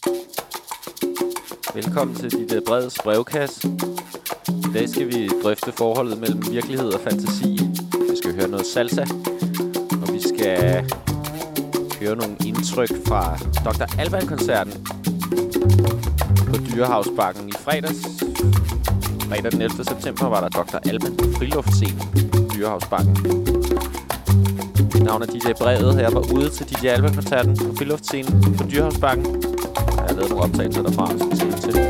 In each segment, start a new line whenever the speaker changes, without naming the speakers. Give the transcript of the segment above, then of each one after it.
Velkommen til dit Breds brevkasse. I dag skal vi drøfte forholdet mellem virkelighed og fantasi. Vi skal høre noget salsa, og vi skal høre nogle indtryk fra Dr. Alban-koncerten på Dyrehavsbakken i fredags. Fredag den 11. september var der Dr. Alban på Friluftscenen Dyrehavsbakken. Mit navn er DJ Brevet, og jeg var ude til DJ Alban-koncerten på Friluftscenen på Dyrehavsbakken. Jeg har lavet nogle optagelser derfra, som vi skal til.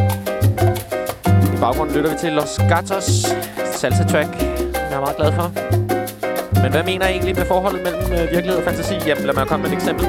I baggrunden lytter vi til Los Gatos salsa track. Jeg er meget glad for. Men hvad mener jeg egentlig med forholdet mellem virkelighed og fantasi? Jamen, lad mig komme med et eksempel.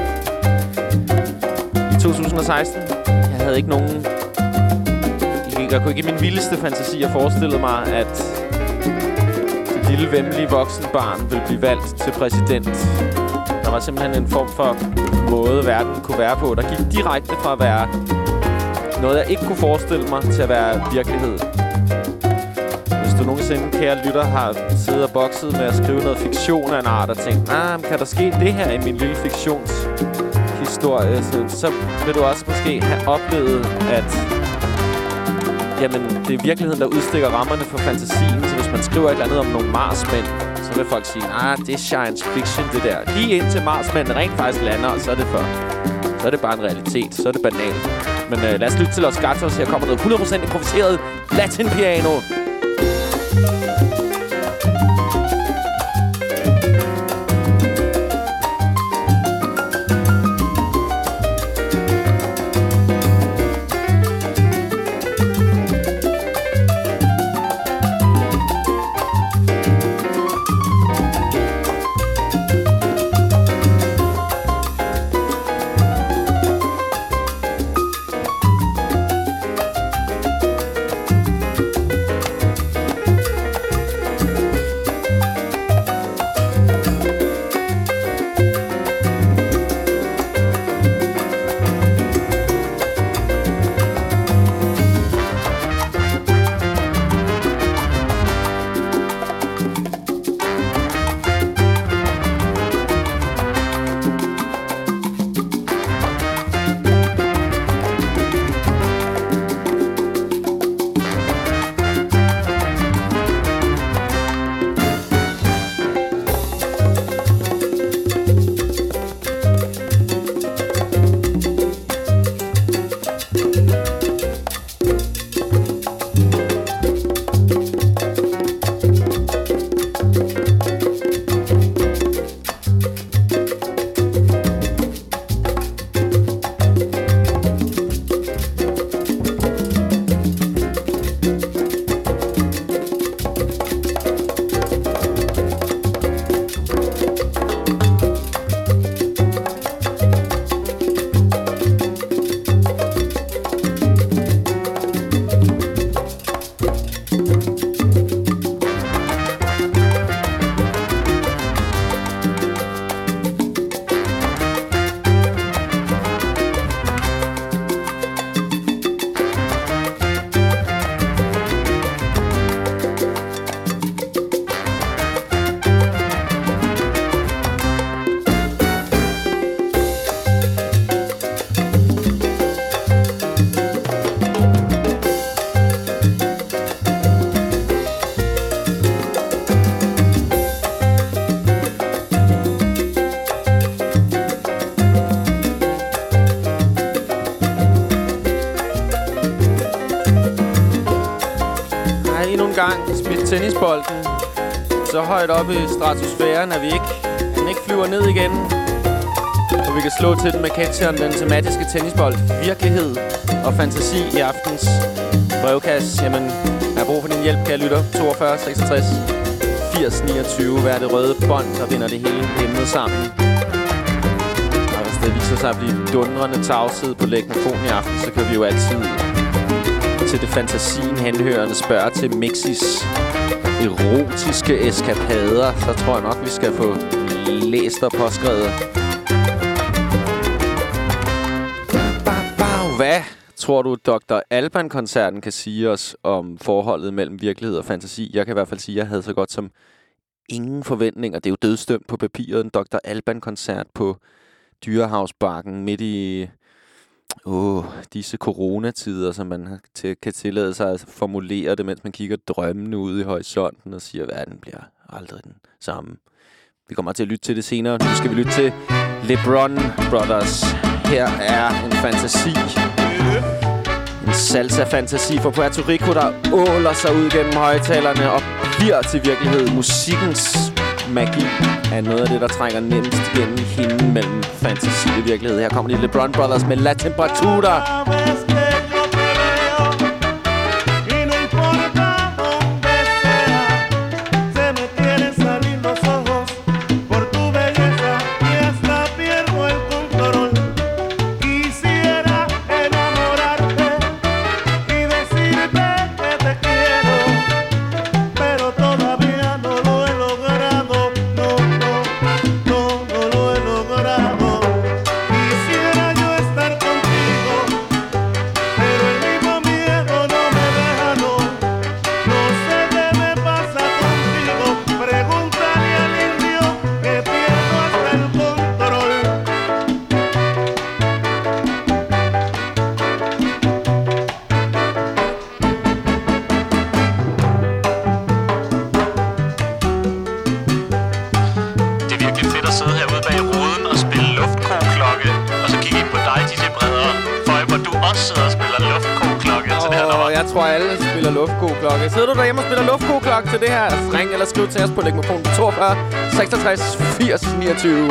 I 2016, jeg havde ikke nogen... Jeg kunne ikke i min vildeste fantasi have forestillet mig, at det lille, væmmelige voksenbarn ville blive valgt til præsident. Der var simpelthen en form for måde, verden kunne være på. Der gik direkte fra at være noget, jeg ikke kunne forestille mig, til at være virkelighed. Hvis du nogensinde, kære lytter, har siddet og bokset med at skrive noget fiktion af en art og tænkt, kan der ske det her i min lille fiktionshistorie, så vil du også måske have oplevet, at jamen, det er virkeligheden, der udstikker rammerne for fantasien. Så hvis man skriver et eller andet om nogle marsmænd, så vil folk sige, det er science fiction, det der. Lige indtil marsmændene rent faktisk lander, og så er det bare en realitet. Så er det banalt. Men lad os lytte til Los Gatos. Her kommer noget 100% improviseret latin piano. Tennisbolden så højt oppe i stratosfæren, at den ikke flyver ned igen. Og vi kan slå til den med catcheren, den tematiske tennisbold. Virkelighed og fantasi i aftens brevkasse. Jamen, jeg har brug for din hjælp, kære lytter. 42 66 80 29. Hvad er det røde bånd, der binder det hele emnet sammen? Og hvis det viser sig at blive dundrende tavshed på lægmafon i aften, så kan vi jo altid til det fantasien henhørende spørge til Mixis erotiske eskapader. Så tror jeg nok, vi skal få læst og påskrevet. Hvad tror du, Dr. Alban-koncerten kan sige os om forholdet mellem virkelighed og fantasi? Jeg kan i hvert fald sige, at jeg havde så godt som ingen forventninger. Det er jo dødsdømt på papiret. En Dr. Alban-koncert på Dyrehavsbakken midt i Disse coronatider, som man kan tillade sig at formulere det, mens man kigger drømmende ud i horisonten og siger, at verden bliver aldrig den samme. Vi kommer til at lytte til det senere. Nu skal vi lytte til LeBron Brothers. Her er en fantasi. En salsa-fantasi fra Puerto Rico, der åler sig ud gennem højtalerne og bliver til virkelighed. Musikkens magi er noget af det, der trænger nemmest igennem hende mellem fantasi og virkelighed. Her kommer de LeBron Brothers med La Temperatura. Sidder du derhjemme og spiller luftkogeklokke til det her? Ring eller skriv til os på Legmofon 42 66 80 29.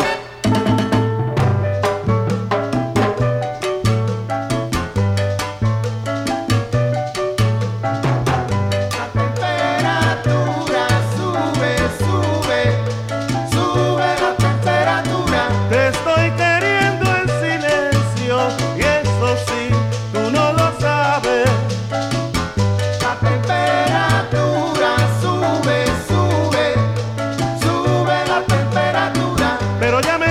Pero ya me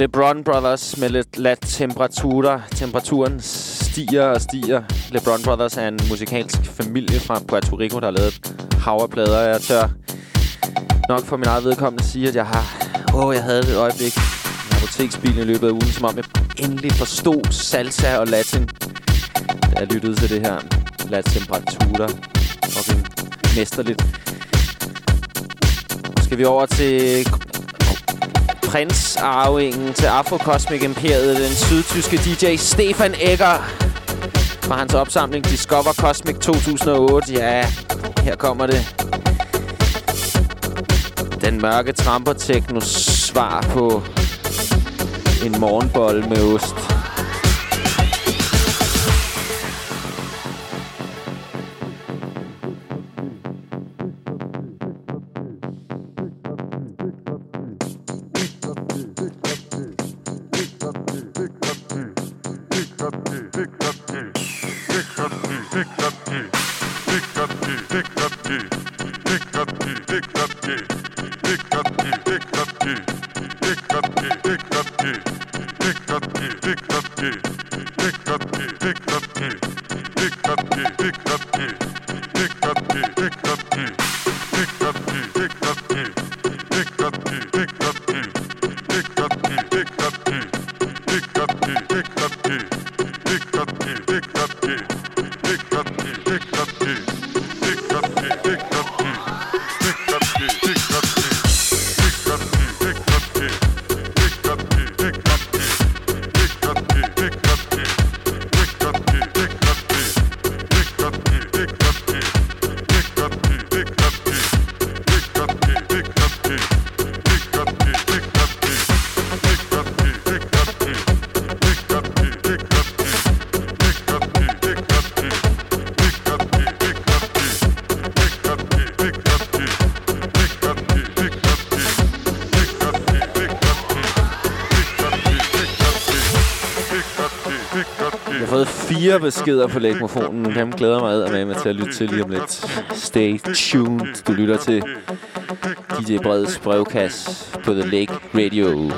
LeBron Brothers med lidt lat temperaturer. Temperaturen stiger og stiger. LeBron Brothers er en musikalsk familie fra Puerto Rico, der har lavet et hav af plader. Jeg tør nok for min eget vedkommende sige, at jeg havde et øjeblik i apoteksbilen i løbet af ugen, som om jeg endelig forstod salsa og latin. Jeg lyttede til det her lat temperaturer og det mesterligt. Nu skal vi over til prinsarvingen til Afrocosmic Imperiet, den sydtyske DJ Stefan Egger fra hans opsamling Discover Cosmic 2008. Ja, her kommer det. Den mørke tramper-teknos svar på en morgenbolle med ost. Beskeder på lægmofonen. Dem glæder mig med til at lytte til lige om lidt. Stay tuned. Du lytter til DJ Breds brevkasse på The Lake Radio.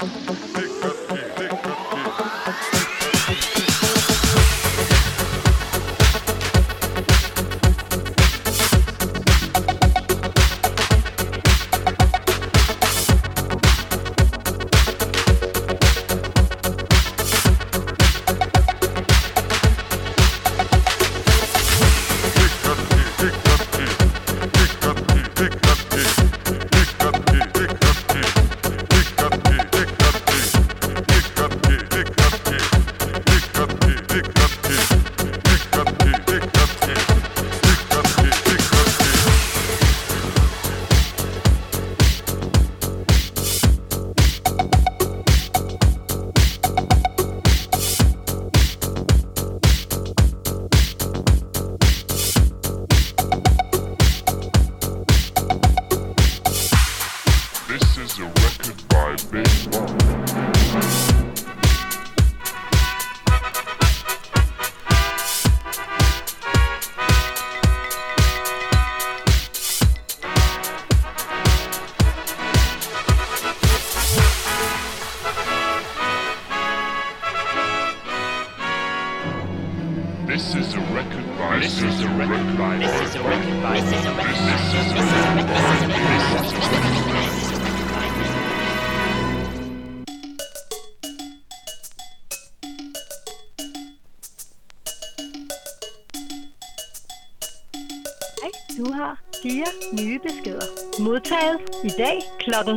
Modtaget i dag kl. 15:40.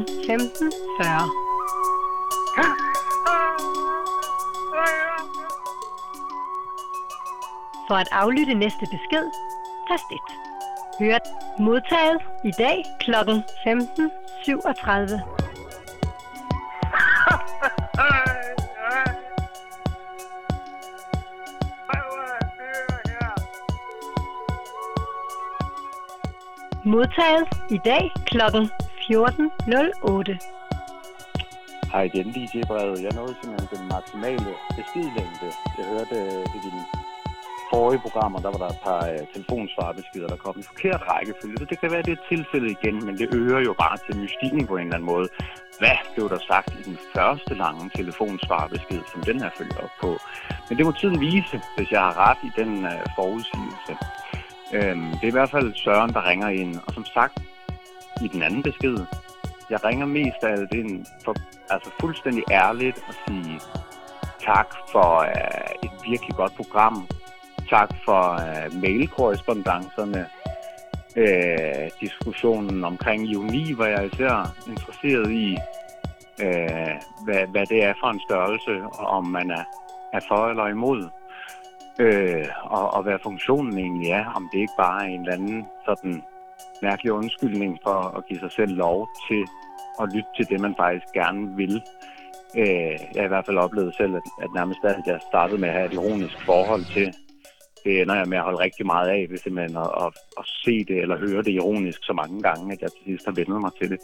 For at aflytte næste besked, tast 1. Hørt modtaget i dag kl. 15:37. Modtaget i dag kl. 14:08.
Hej igen, DJ Brede. Jeg nåede simpelthen den maksimale beskidlængde. Jeg hørte det din forrige programmer, der var der et par telefonsvarbeskeder, der kom i forkert rækkefølge. Så det kan være, det er tilfældet igen, men det øger jo bare til mystikken på en eller anden måde. Hvad blev der sagt i den første lange telefonsvarbesked, som den her følger op på? Men det må tiden vise, hvis jeg har ret i den forudsigelse. Det er i hvert fald Søren, der ringer ind. Og som sagt, i den anden besked, jeg ringer mest af alt ind for fuldstændig ærligt at sige tak for et virkelig godt program. Tak for mailkorrespondancerne. Diskussionen omkring ironi, hvor jeg især interesseret i, hvad det er for en størrelse, og om man er for eller imod. Og hvad funktionen egentlig er, om det ikke bare er en eller anden sådan mærkelig undskyldning for at give sig selv lov til at lytte til det, man faktisk gerne vil. Jeg har i hvert fald oplevet selv, at nærmest alt, jeg startede med at have et ironisk forhold til, det ender jeg med at holde rigtig meget af, ved simpelthen at se det eller høre det ironisk så mange gange, at jeg til sidst har vendet mig til det.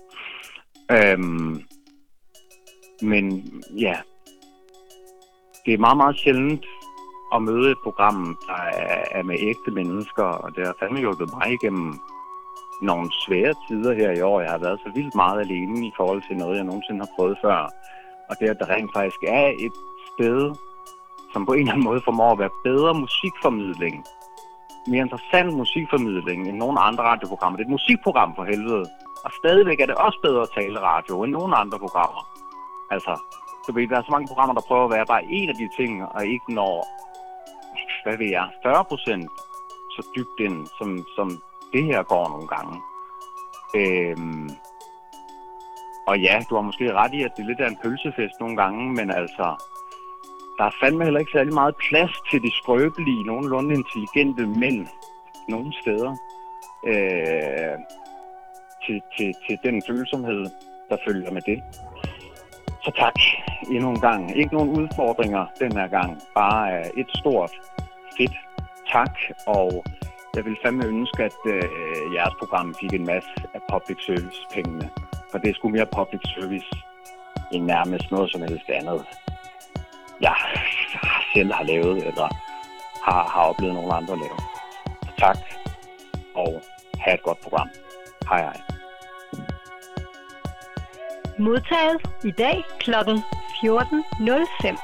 Men ja, det er meget, meget sjældent at møde et program, der er med ægte mennesker, og det har fandme hjulpet mig igennem nogle svære tider her i år. Jeg har været så vildt meget alene i forhold til noget, jeg nogensinde har prøvet før. Og det, at der rent faktisk er et sted, som på en eller anden måde formår at være bedre musikformidling, mere interessant musikformidling end nogen andre radioprogrammer. Det er et musikprogram for helvede, og stadigvæk er det også bedre at tale radio end nogen andre programmer. Altså, du ved, der er så mange programmer, der prøver at være bare en af de ting, og ikke når, 40% så dybt ind, som det her går nogle gange. Og ja, du har måske ret i, at det er lidt af en pølsefest nogle gange, men altså, der er fandme heller ikke særlig meget plads til de skrøbelige, nogenlunde intelligente mænd nogle steder. Til den følsomhed, der følger med det. Så tak endnu en gang. Ikke nogen udfordringer den her gang. Bare et stort, fedt tak. Og jeg vil fandme ønske, at jeres program fik en masse af public service-pengene. For det er sgu mere public service end nærmest noget som helst andet. Jeg selv har lavet, eller har oplevet nogle andre lave. Tak, og have et godt program. Hej hej.
Modtaget i dag kl. 14.05.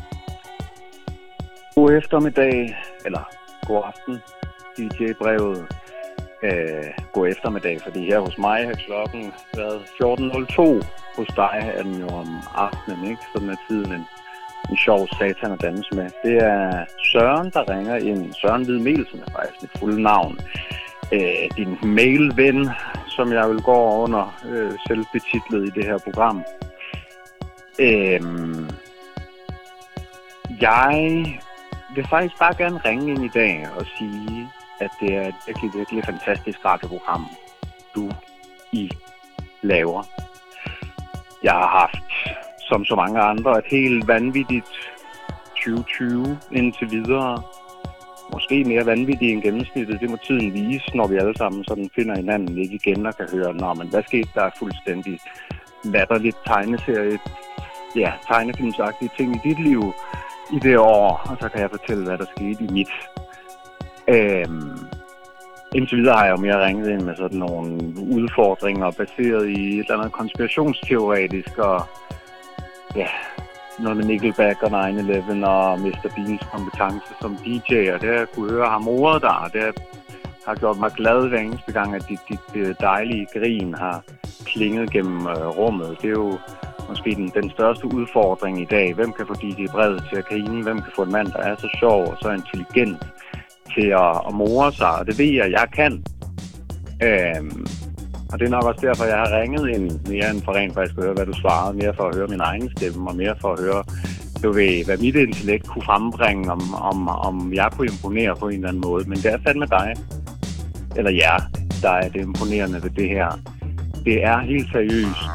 God eftermiddag, eller god aften, DJ-brevet. God eftermiddag, fordi her hos mig har klokken været 14.02. Hos dig er den jo om aftenen, ikke? Sådan er tiden en sjov satan at danse med. Det er Søren, der ringer ind. Søren Hvid Melsen er faktisk mit fulde navn. Din mailven, som jeg vil gå under selvbetitlet i det her program. Jeg vil faktisk bare gerne ringe ind i dag og sige, at det er et virkelig, virkelig fantastisk radioprogram, I laver. Jeg har haft, som så mange andre, et helt vanvittigt 2020 indtil videre. Måske mere vanvittigt end gennemsnittet. Det må tiden vise, når vi alle sammen sådan finder hinanden lidt igen og kan høre, nå, men hvad skete der fuldstændig latterligt tegneserie, ja, tegnefilmsagtige ting i dit liv i det år, og så kan jeg fortælle, hvad der skete i mit. Indtil videre har jeg jo mere ringet ind med sådan nogle udfordringer baseret i et eller andet konspirationsteoretisk og ja, noget med Nickelback og 9/11 og Mr. Beans kompetence som DJ, og det har jeg kunne høre ham ordet der, og det har gjort mig glad hver eneste gang, at dit dejlige grin har klinget gennem rummet. Det er jo måske den største udfordring i dag. Hvem kan få DJ Brevet til at grine? Hvem kan få en mand, der er så sjov og så intelligent til at more sig? Og det ved jeg kan. Og det er nok også derfor, jeg har ringet ind mere end for rent faktisk at høre, hvad du svarede. Mere for at høre min egen stemme, og mere for at høre, du ved, hvad mit intellekt kunne frembringe, om jeg kunne imponere på en eller anden måde. Men det er fandme dig, eller jer, der er det imponerende ved det her. Det er helt seriøst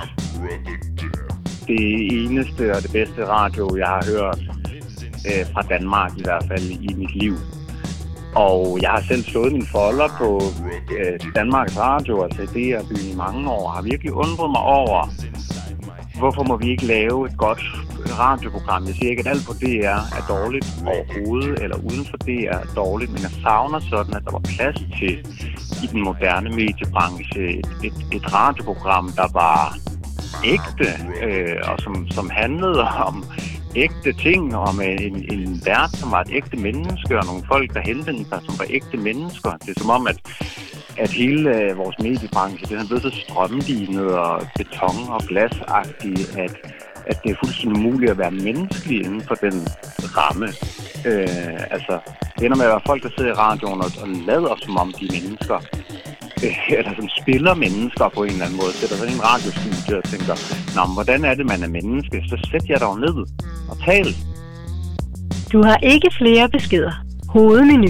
det eneste og det bedste radio, jeg har hørt fra Danmark i hvert fald i mit liv. Og jeg har selv slået mine folder på Danmarks Radio, altså DR-byen i mange år, og har virkelig undret mig over, Hvorfor må vi ikke lave et godt radioprogram? Jeg siger ikke, at alt på DR er dårligt overhovedet, eller uden for DR er dårligt, men jeg savner sådan, at der var plads til i den moderne mediebranche et radioprogram, der var ægte, og som handlede om ægte ting, om en vært, som var et ægte menneske, og nogle folk, der hentede sig, som var ægte mennesker. Det er som om, at hele vores mediebranche, den er blevet så strømlignet og beton- og glasagtig, at det er fuldstændig umuligt at være menneskelig inden for den ramme. Altså, det ender med at være folk, der sidder i radioen og lader som om de er mennesker. Eller som spiller mennesker på en eller anden måde. Sætter sig i en radiostudie og tænker, nå, men hvordan er det, man er menneske? Så sæt jer dog ned og tal.
Du har ikke flere beskeder. Hovedmenu.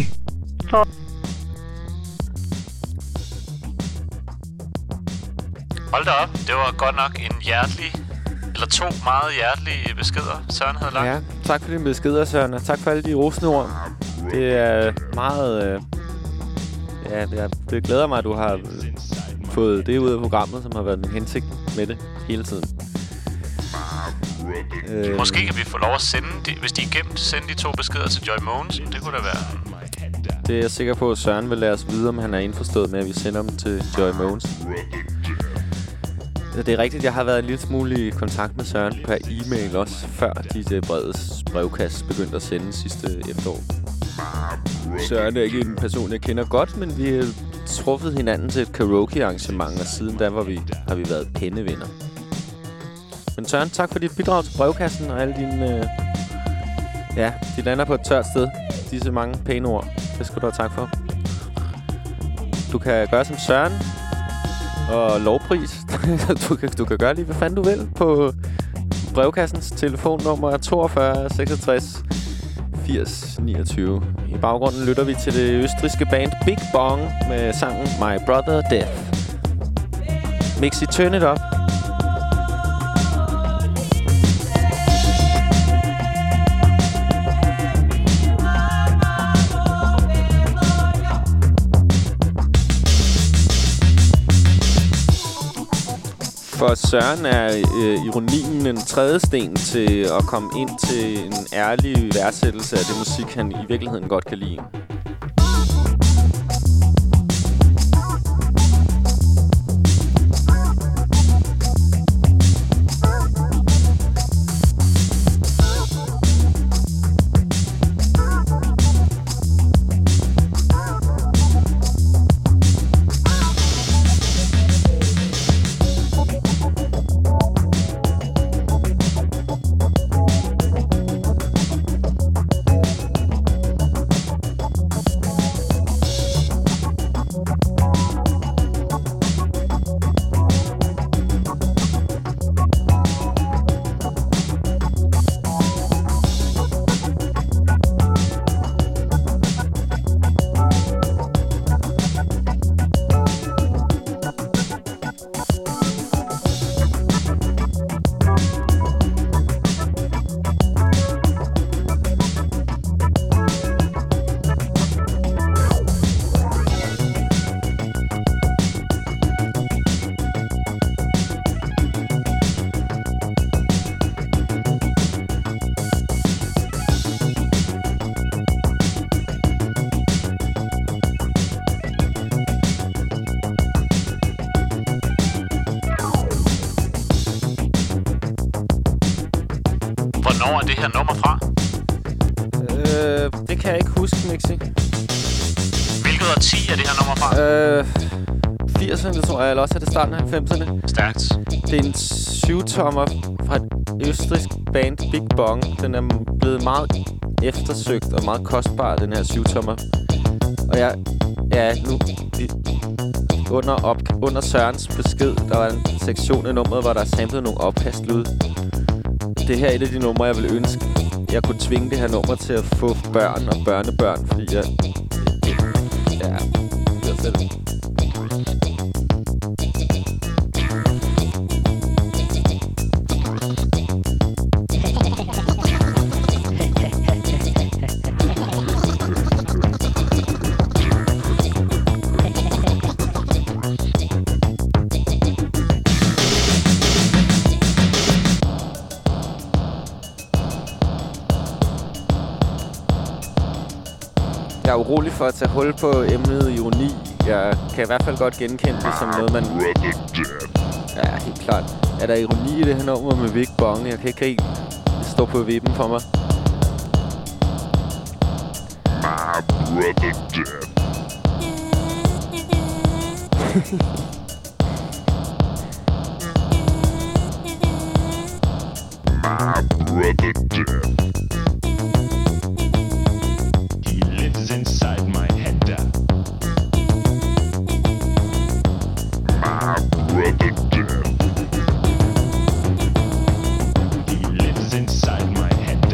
Hold da op, det var godt nok en hjertelig, eller 2 meget hjertelige beskeder, Søren havde lagt.
Ja, tak for dine beskeder, Søren, og tak for alle de rosende ord. Det er meget... det glæder mig, at du har fået det ud af programmet, som har været min hensigt med det hele tiden.
Måske kan vi få lov at sende, hvis de er gemt, sende de 2 beskeder til Joy Mogensen. Det kunne da være...
Det er jeg sikker på, at Søren vil lade os vide, om han er indforstået med, at vi sender dem til Joy Mogensen. Det er rigtigt, jeg har været en lille smule i kontakt med Søren per e-mail også, før DJ Breds brevkast begyndte at sende sidste efterår. Søren er ikke en person, jeg kender godt, men vi har truffet hinanden til et karaoke-arrangement, og siden da har vi været pennevenner. Men Søren, tak for dit bidrag til brevkassen og alle dine... de lander på et tørt sted. Disse mange pæne ord. Det skal du have tak for. Du kan gøre som Søren og lovpris. du kan gøre lige, hvad fanden du vil på brevkassens telefonnummer 42 66 80 29. I baggrunden lytter vi til det østrigske band Big Bong med sangen My Brother Death. Mixi, turn it up. For Søren er ironien en tredje sten til at komme ind til en ærlig værdsættelse af det musik, han i virkeligheden godt kan lide.
Hvornår er det her nummer fra?
Det kan jeg ikke huske, Mixi.
Hvilket årti er det her nummer fra?
80'erne, tror jeg, eller også er det starten af 90'erne.
Stærkt.
Det er en 7-tommer fra et østrigsk band, Big Bong. Den er blevet meget eftersøgt og meget kostbar, den her 7-tommer. Og under Sørens besked, der var en sektion af nummeret, hvor der samlede nogle opkastlyd. Det her er et af de numre, jeg ville ønske, jeg kunne tvinge det her nummer til at få børn og børnebørn, fordi jeg selv. Jeg er urolig for at tage hul på emnet ironi. Jeg kan i hvert fald godt genkende det som noget, man... Ja, helt klart. Er der ironi i det her nummer med Big Bong? Jeg kan ikke rigtig stå på vippen for mig.
My brother dead. My brother dead.
He lives inside my head.
My brother dead.
He lives inside my head.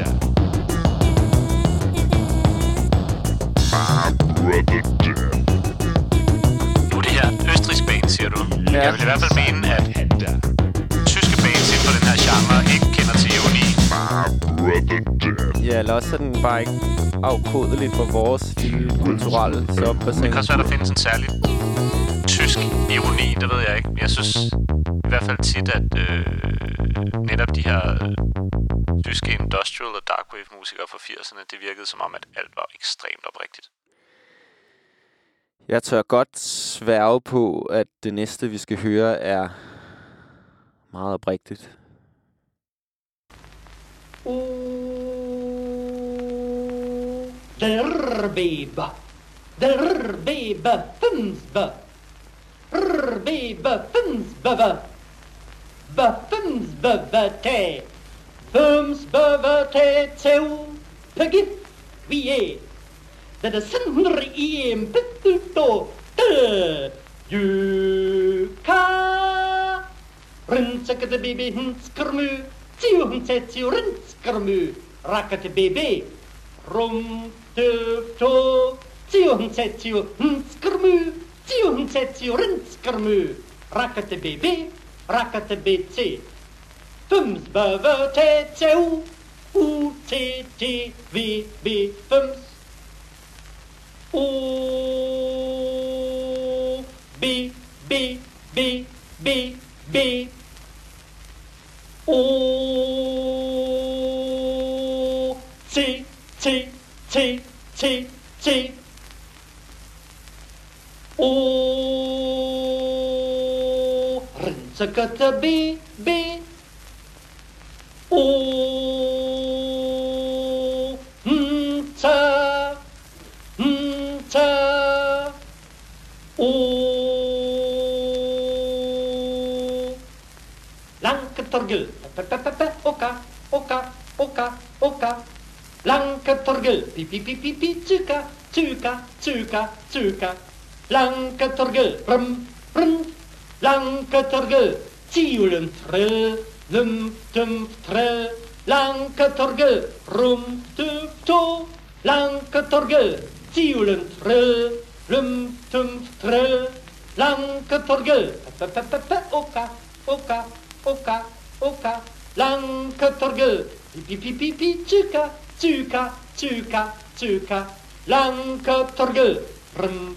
My brother dead.
Nu er det her et østrigsk band, siger du.
Ja.
Jeg vil i hvert fald mene, at tyske bands inden for den her genre ikke kender til ironi.
My brother dead.
Ja, eller også er den bare ikke afkodeligt for vores lille kulturelle soppebassin.
Det kan også være, der findes en særlig tysk ironi, det ved jeg ikke. Jeg synes i hvert fald tit, at netop de her tyske industrial og darkwave musikere fra 80'erne, det virkede som om, at alt var ekstremt oprigtigt.
Jeg tør godt sværge på, at det næste, vi skal høre, er meget oprigtigt.
Der Babe, Fünfbe. Babe, Fünfbe. Fünfbe, te. Fünfbe, te, teu. Pegif, vi er. Det er sender i en pittuto. Juka. Røntsækkede baby, henskermu. Tiu, røntskermu. Rakkete baby. Rum, tøfto. Tiu, henskermu. Tiu, røntskermu. Rakkete baby. Rakkete BT. Fums, bøve, teu. U-T-T-V-B, fums. O B B B B B O T T T T T O Rensakata B B O Lanketorgel, oka, Lanketorgel, pi, tjuka, Lanketorgel, rum, Lanketorgel, tiulen, lum, Lanketorgel, rum, to, Lanketorgel, tiulen, lum, Lanketorgel, oka, Lanketorgel, pi, tjuka, Lanketorgel, rum,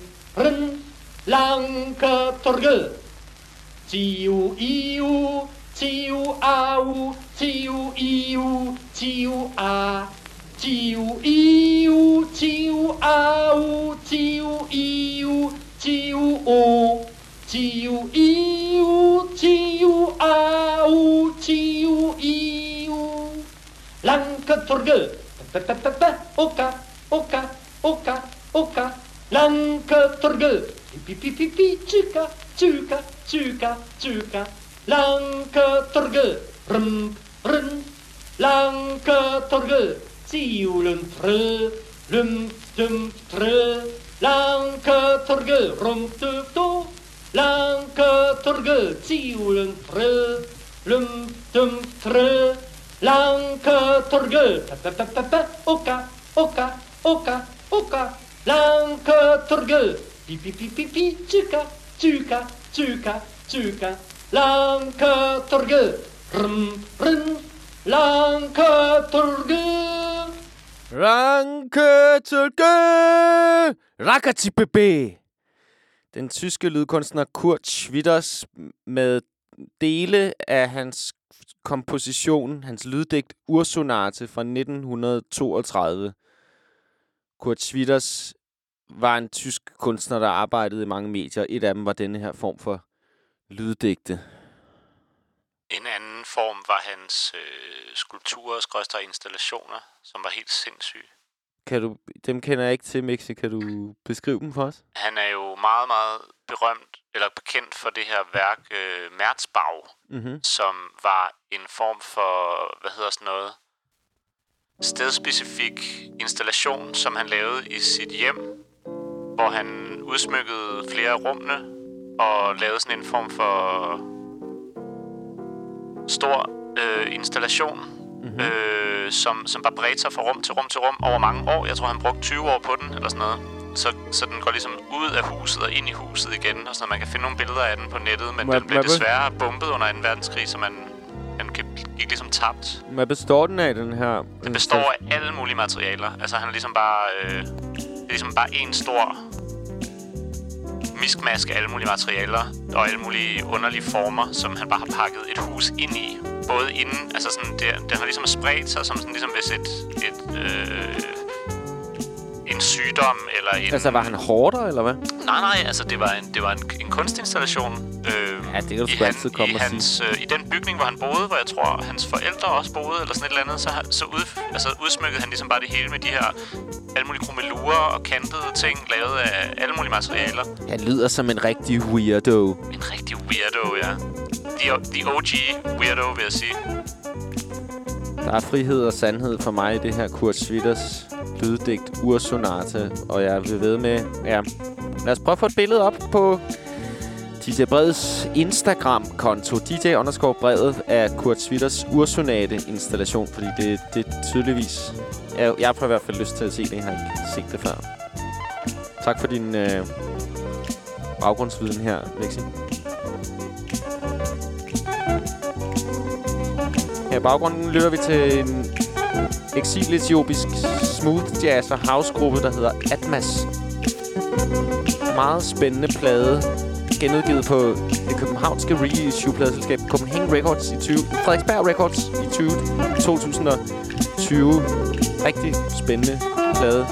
Lanketorgel, tiu, iu, tiu, au, tiu, iu, tiu, a, tiu, iu, tiu, au, tiu, iu, tiu, o, tiu, iu, tiu, au, tiu, iu. Lanketorgel, oka, Lanketorgel, pi, tjuka, Lanketorgel, rum, Lanketorgel, tiulen, lum, Lanketorgel, rum, to, Lanketorgel, tiulen, lum, Lanketorgel, oka, Lanketorgel, pi, tjuka, Lanketorgel, rum, Lanketorgel.
Lanketorgel! Rakatibebe! Den tyske lydkunstner Kurt Schwitters med dele af hans komposition, hans lyddigt Ursonate fra 1932. Kurt Schwitters var en tysk kunstner, der arbejdede i mange medier. Et af dem var denne her form for lyddigte.
En anden form var hans skulpturer og installationer, som var helt sindssyge.
Dem kender jeg ikke til, Mixi. Kan du beskrive dem for os?
Han er jo meget, meget berømt, eller bekendt for det her værk, Merzbau, som var en form for, stedspecifik installation, som han lavede i sit hjem, hvor han udsmykkede flere af rummene, og lavede sådan en form for stor installation, som bare bredte sig fra rum til rum til rum over mange år. Jeg tror, han brugte 20 år på den, eller sådan noget. Så den går ligesom ud af huset og ind i huset igen, og sådan, man kan finde nogle billeder af den på nettet, men den blev desværre bombet under 2. verdenskrig, så man gik ligesom tabt.
Hvad består den af, den her?
Den består af alle mulige materialer. Altså, han er ligesom bare... det er ligesom bare en stor miskmask af alle mulige materialer og alle mulige underlige former, som han bare har pakket et hus ind i. Både inden, altså sådan, den har ligesom spredt sig som sådan, ligesom hvis en sygdom eller en...
Altså, var han hårder, eller hvad?
Nej, altså, det var en kunstinstallation.
Ja, det kan du sgu altid komme og sige.
I den bygning, hvor han boede, hvor jeg tror, hans forældre også boede, eller sådan et eller andet, så udsmykkede han ligesom bare det hele med de her alle mulige krummelurer og kantede ting, lavet af alle mulige materialer.
Han lyder som en rigtig weirdo.
En rigtig weirdo, ja. The OG weirdo, vil jeg sige.
Der er frihed og sandhed for mig i det her Kurt Schwitters lyddigt Ursonate, og jeg vil ved med... Ja, lad os prøve at få et billede op på DJ Breds Instagram-konto. DJ_Bredet af Kurt Schwitters Ursonate-installation, fordi det er tydeligvis... Jeg får i hvert fald lyst til at se det. Jeg har ikke set det før. Tak for din baggrundsviden her, Lexi. Her i baggrunden lytter vi til en eksil-etiopisk smooth jazz og house-gruppe, der hedder Atmas. Meget spændende plade, genudgivet på det københavnske reissue-pladeselskab Copenhagen Records Frederiksberg Records i 2020. Rigtig spændende plade.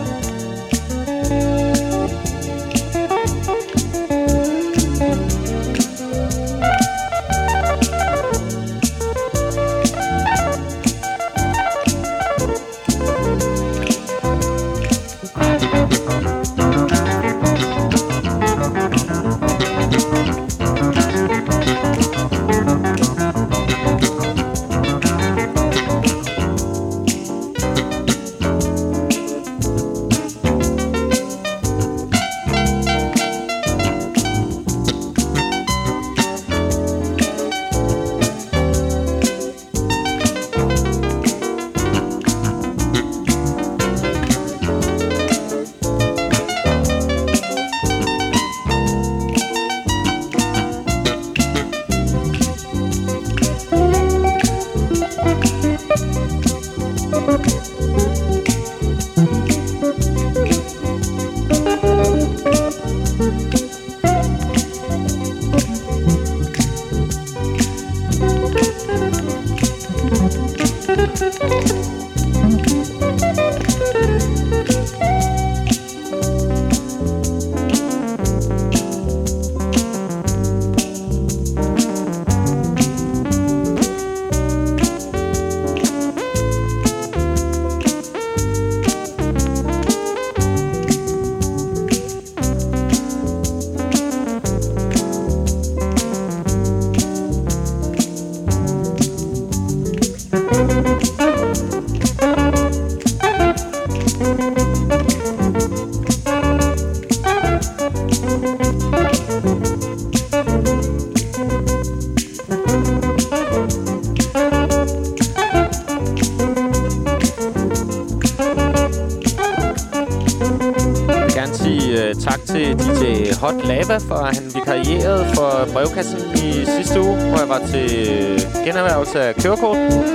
Hot Lava, for han vikarierede for brevkassen i sidste uge, hvor jeg var til generhvervelse af kørekort.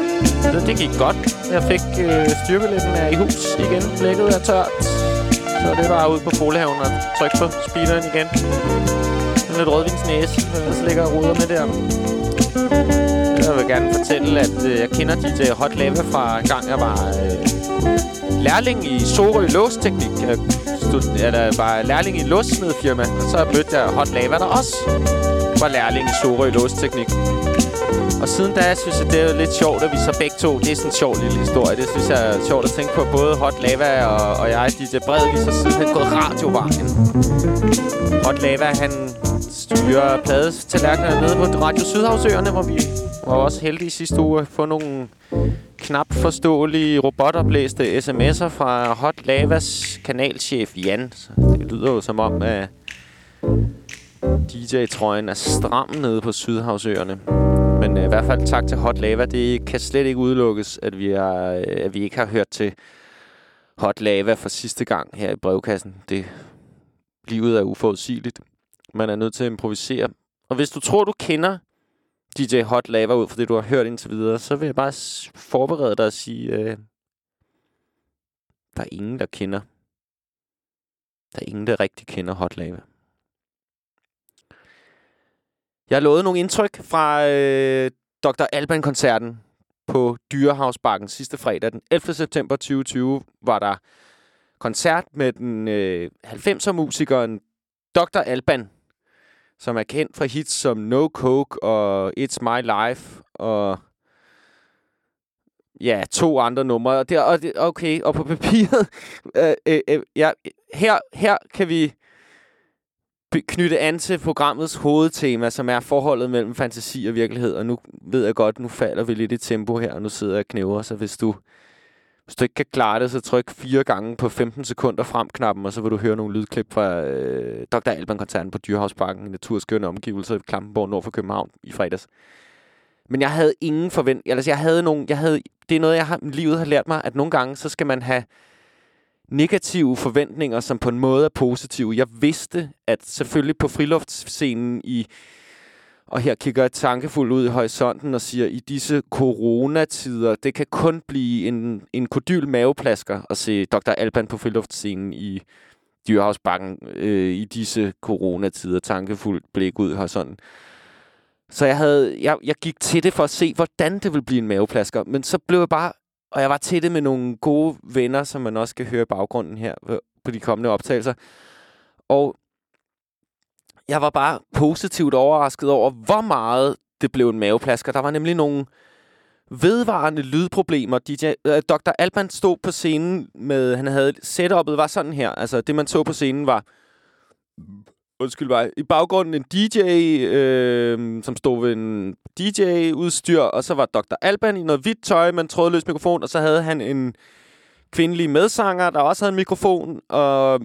Det gik godt. Jeg fik styrkelitten af i hus igen. Blækket er tørt. Så det var ude på Folehaven og trykke på speederen igen. Lidt rødvinsnæse, så ligger og ruder med der. Jeg vil gerne fortælle, at jeg kender DJ Hot Lava fra en gang, jeg var lærling i Sorø Låsteknik. Jeg var lærling i låssmedfirma, og så mødte jeg Hot Lava, der også var lærling i Sorø Låsteknik. Og siden da synes jeg, det er lidt sjovt, at vi så begge to, det er sådan en sjov lille historie. Det synes jeg er sjovt at tænke på. Både Hot Lava og jeg, DJ Brede, vi så sidenhen gået radiovejen. Hot Lava, han styrer pladetallerkenerne nede på Radio Sydhavsøerne, hvor vi var også heldige sidste uge at få nogle knap forståelige robotoplæste sms'er fra Hot Lavas kanalchef Jan. Så det lyder jo som om, at DJ-trøjen er stram nede på Sydhavsøerne. Men i hvert fald tak til Hot Lava. Det kan slet ikke udelukkes, at vi ikke har hørt til Hot Lava for sidste gang her i brevkassen. Livet er uforudsigeligt. Man er nødt til at improvisere. Og hvis du tror, du kender DJ Hot Lava ud fra det, du har hørt indtil videre, så vil jeg bare forberede dig at sige, der er ingen, der kender. Der er ingen, der rigtig kender Hot Lava. Jeg har lovet nogle indtryk fra Dr. Alban-koncerten på Dyrehavsbakken sidste fredag. Den 11. september 2020 var der koncert med den 90'er-musikeren Dr. Alban, som er kendt fra hits som No Coke og It's My Life og ja, 2 andre numre. Okay, og på papiret, her kan vi knytte an til programmets hovedtema, som er forholdet mellem fantasi og virkelighed. Og nu ved jeg godt, nu falder vi lidt i tempo her, og nu sidder jeg og knæver. Så hvis du ikke kan klare det, så tryk 4 gange på 15 sekunder frem-knappen, og så vil du høre nogle lydklip fra Dr. Alban-koncerten på Dyrehavsbakken i naturskønne omgivelser i Klampenborg nord for København i fredags. Men jeg havde ingen forventning. Altså, det er noget, livet har lært mig, at nogle gange, så skal man have negative forventninger, som på en måde er positive. Jeg vidste, at selvfølgelig på friluftsscenen og her kigger jeg tankefuldt ud i horisonten og siger, i disse coronatider, det kan kun blive en kodyl maveplasker at se Dr. Alban på friluftsscenen i Dyrehavsbakken i disse coronatider. Tankefuldt blik ud i horisonten. Så jeg gik til det for at se, hvordan det ville blive en maveplasker. Men så blev jeg bare, og jeg var til det med nogle gode venner, som man også skal høre i baggrunden her på de kommende optagelser. Og jeg var bare positivt overrasket over, hvor meget det blev en maveplasker. Der var nemlig nogle vedvarende lydproblemer. Dr. Alban stod på scenen med, han havde setup'et var sådan her. Altså det man så på scenen var, i baggrunden en DJ, som stod ved en DJ-udstyr, og så var Dr. Alban i noget hvidt tøj med en trådløs mikrofon, og så havde han en kvindelig medsanger, der også havde en mikrofon, og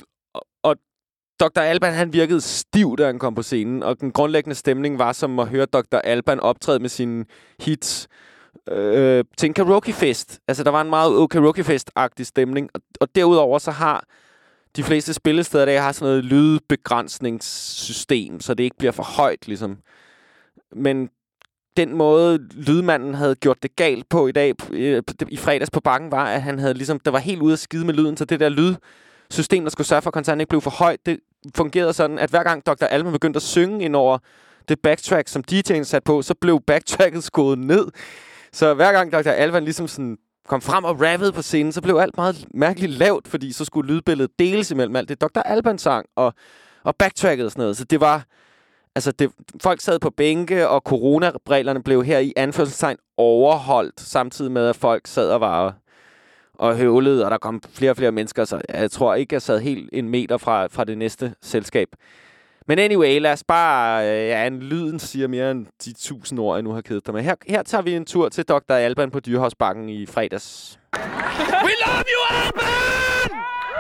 Dr. Alban, han virkede stiv, da han kom på scenen, og den grundlæggende stemning var som at høre Dr. Alban optræde med sine hits til en karaokefest. Altså, der var en meget karaokefest-agtig stemning, og derudover så har de fleste spillesteder, der har sådan noget lydbegrænsningssystem, så det ikke bliver for højt, ligesom. Men den måde, lydmanden havde gjort det galt på i dag, i fredags på bakken, var, at han havde ligesom, der var helt ude at skide med lyden, så det der lydsystem, der skulle sørge for, at koncerten ikke blev for højt, det fungerede sådan, at hver gang Dr. Alban begyndte at synge ind over det backtrack, som DJ'en satte på, så blev backtracket skåret ned. Så hver gang Dr. Alban ligesom sådan kom frem og rappede på scenen, så blev alt meget mærkeligt lavt, fordi så skulle lydbilledet deles imellem alt det Dr. Alban sang og backtracket og sådan noget. Så det var, altså folk sad på bænke, og coronareglerne blev her i anførselstegn overholdt, samtidig med, at folk sad og var og høvlede, og der kom flere og flere mennesker, så jeg tror ikke, jeg sad helt en meter fra det næste selskab. Men anyway, lad os bare... en lyden siger mere end de 1000 ord, jeg nu har kedet dig med. Her tager vi en tur til Dr. Alban på Dyrehavsbakken i fredags. We love you, Alban!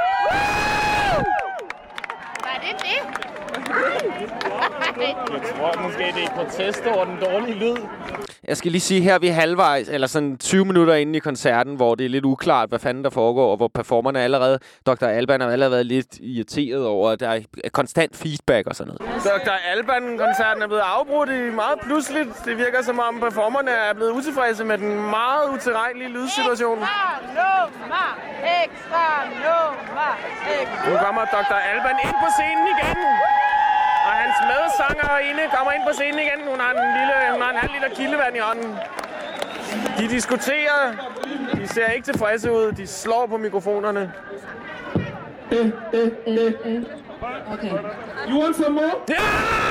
Var det det?
Jeg tror måske, det er protest over den dårlige lyd. Jeg skal lige sige, her er vi halvvejs, eller sådan 20 minutter inde i koncerten, hvor det er lidt uklart, hvad fanden der foregår, og hvor performerne allerede, Dr. Alban har allerede været lidt irriteret over, at der er konstant feedback og sådan noget. Dr. Alban-koncerten er blevet afbrudt i meget pludseligt. Det virker som om performerne er blevet utilfredse med den meget utilregnelige lydsituation.
Ekstra nummer.
Nu kommer Dr. Alban ind på scenen igen. Og hans medsangerinde kommer ind på scenen igen. Hun har en halv liter kildevand i hånden. De diskuterer. De ser ikke tilfredse ud. De slår på mikrofonerne.
Okay. You want some more?
Ja!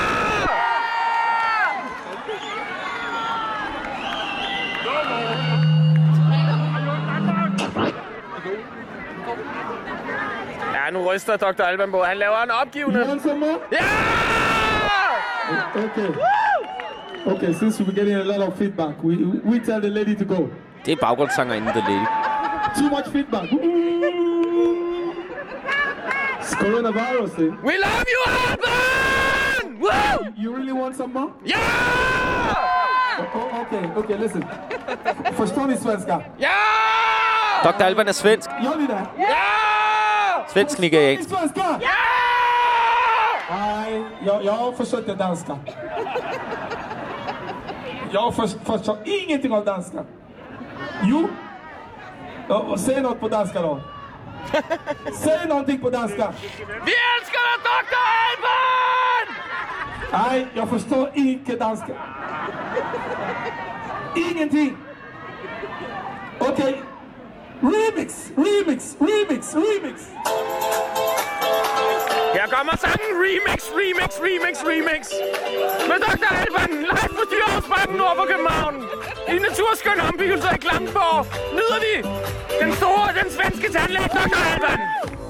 Ja, nu ryster Dr. Alban på. Han laver en opgivende.
You want some more?
Ja!
Okay. Okay, since we're getting a lot of feedback, we tell the lady to go.
Det er baggrundssangerinde, The Lady.
Too much feedback. It's coronavirus, eh?
We love you, Alban! Woo!
You really want some more?
Ja!
Okay, listen. Förstår ni svenska?
Ja! Dr. Alban er svensk.
Gör ni det?
Ja! Svensk nigeriansk.
Svenska?
Ja!
Nej, jag försökte danska. Jag förstår ingenting av danska. Jo? Säg något på danska då. Säg någonting på danska.
Vi älskar dig, Dr. Alban!
Nej, jag förstår inte danska. Ingenting. Okej. Remix.
Her kommer sangen Remix med Dr. Alban live på Dyrehavsbakken nord for København. I naturskønne omgivelser i Klampenborg nyder vi den svenske tandlæge Dr. Alban.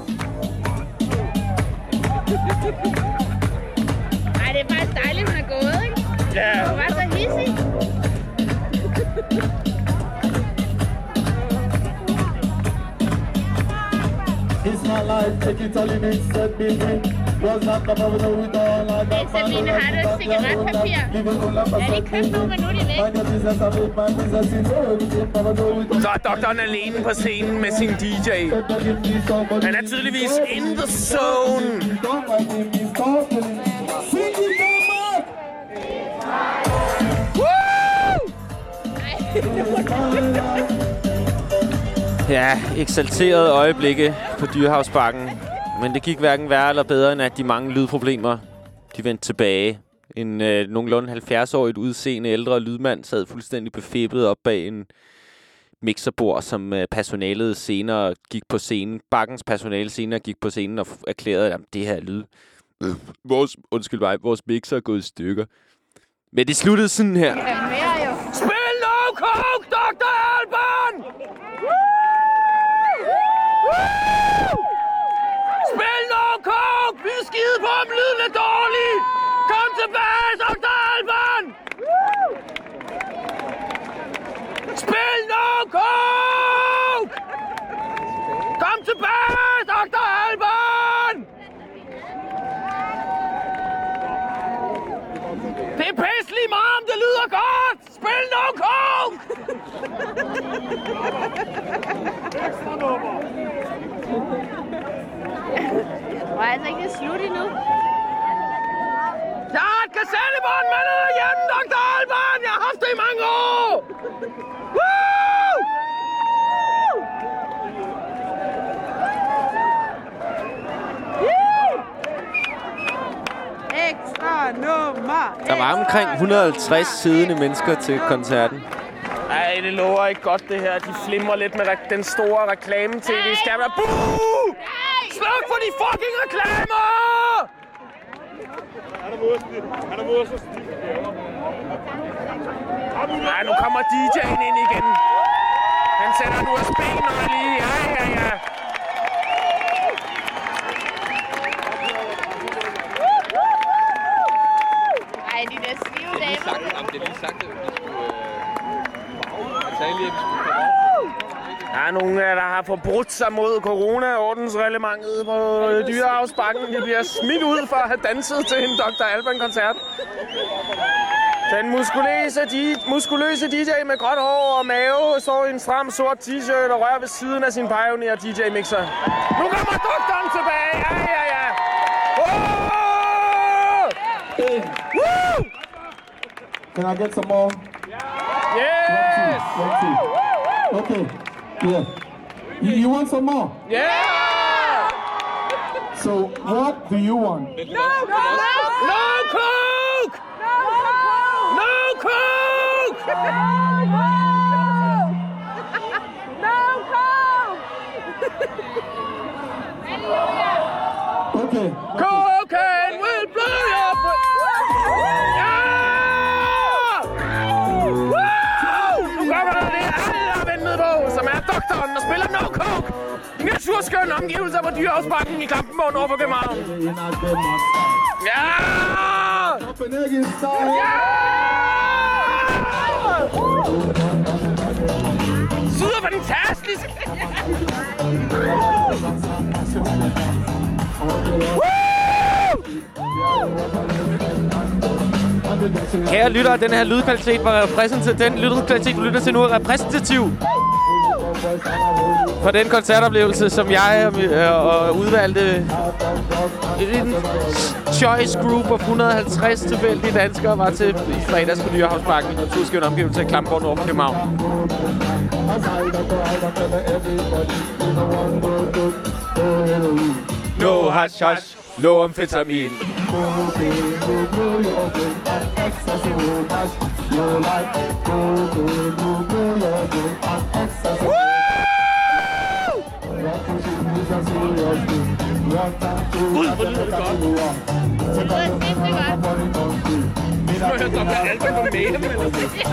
Ej, det er faktisk dejligt, hun er gået, ikke?
Ja.
Hun var så hissig.
It's my life, take it all in it, set me free. Was not the problem with all I got.
Sabine, har du et cigaretpapir? Ja, de købte nogle minut i væk.
Så er doktoren alene på scenen med sin DJ. Han er tydeligvis in the zone. Ja, eksalterede øjeblikke på Dyrehavsbakken. Men det gik hverken værre eller bedre, end at de mange lydproblemer, de vendte tilbage. En nogenlunde 70-årigt udseende ældre lydmand sad fuldstændig befippet op bag en mixerbord, som personalet senere gik på scenen. Bakkens personale senere gik på scenen og erklærede, at det her lyd... Vores mixer er gået i stykker. Men det sluttede sådan her. Spil no coke, Dr. Alban! Spil no coke! Vi er skide på, om lyden er dårlig! Kom tilbage, Dr. Alban! Spil no coke! Kom tilbage, Dr. Alban! Det er pisselig meget, om det lyder godt! Spil no coke!
Og altså ikke det slut endnu.
Jeg har et kassettebånd med noget hjemme, Dr. Alban! Jeg har haft det i mange år! Woo!
Ekstra nummer!
Der var omkring 150 siddende mennesker til koncerten. Ej, det lover ikke godt, det her. De flimrer lidt med den store reklame-tv-skærm. Buh! Sluk for de fucking reklamer! Nej, nu kommer DJ'en ind igen. Han sætter nu USB'en lige. Ja.
Ej, de der stive damer.
Det er lige sagt, at vi skulle tale lige, at vi skulle komme op.
Der er nogen, der har forbrudt sig mod corona-ordensreglementet på Dyrehavsbakken. De bliver smidt ud for at have danset til en Dr. Alban-koncert. Den muskuløse DJ med gråt hår og mave står i en stram sort t-shirt og rører ved siden af sin Pioneer DJ-mixer. Nu kommer doktoren tilbage! Ja.
Woo! Can I get some more?
Yes!
One, two. Okay. Yeah. You want some more?
Yeah!
So, what do you want?
No coke! No coke!
Hallelujah!
Okay.
Cocaine will blow your brain. Ja! Woo! Nu kommer der det, alle har ventet på, som er doktoren, der spiller No Coke. Naturskønne omgivelser på Dyrehavsbakken i Klampenborg nord for København. Ja! Ja! Syder fantastisk! Kære lyttere, den her lydkvalitet var repræsentativ. Den lydkvalitet, du lytter til nu, er repræsentativ for den koncertoplevelse, som jeg og udvalgte en choice group of 150 tilfældige danskere var til i fredags på Dyrehavsbakken. Naturskønne omgivelser i Klampenborg nord for København. No hash hash, no amfetamin. Gud, hvor lyder det godt.
Så lyder det sindssygt godt.
Nu har jeg Dr. Alban på Mayhem, eller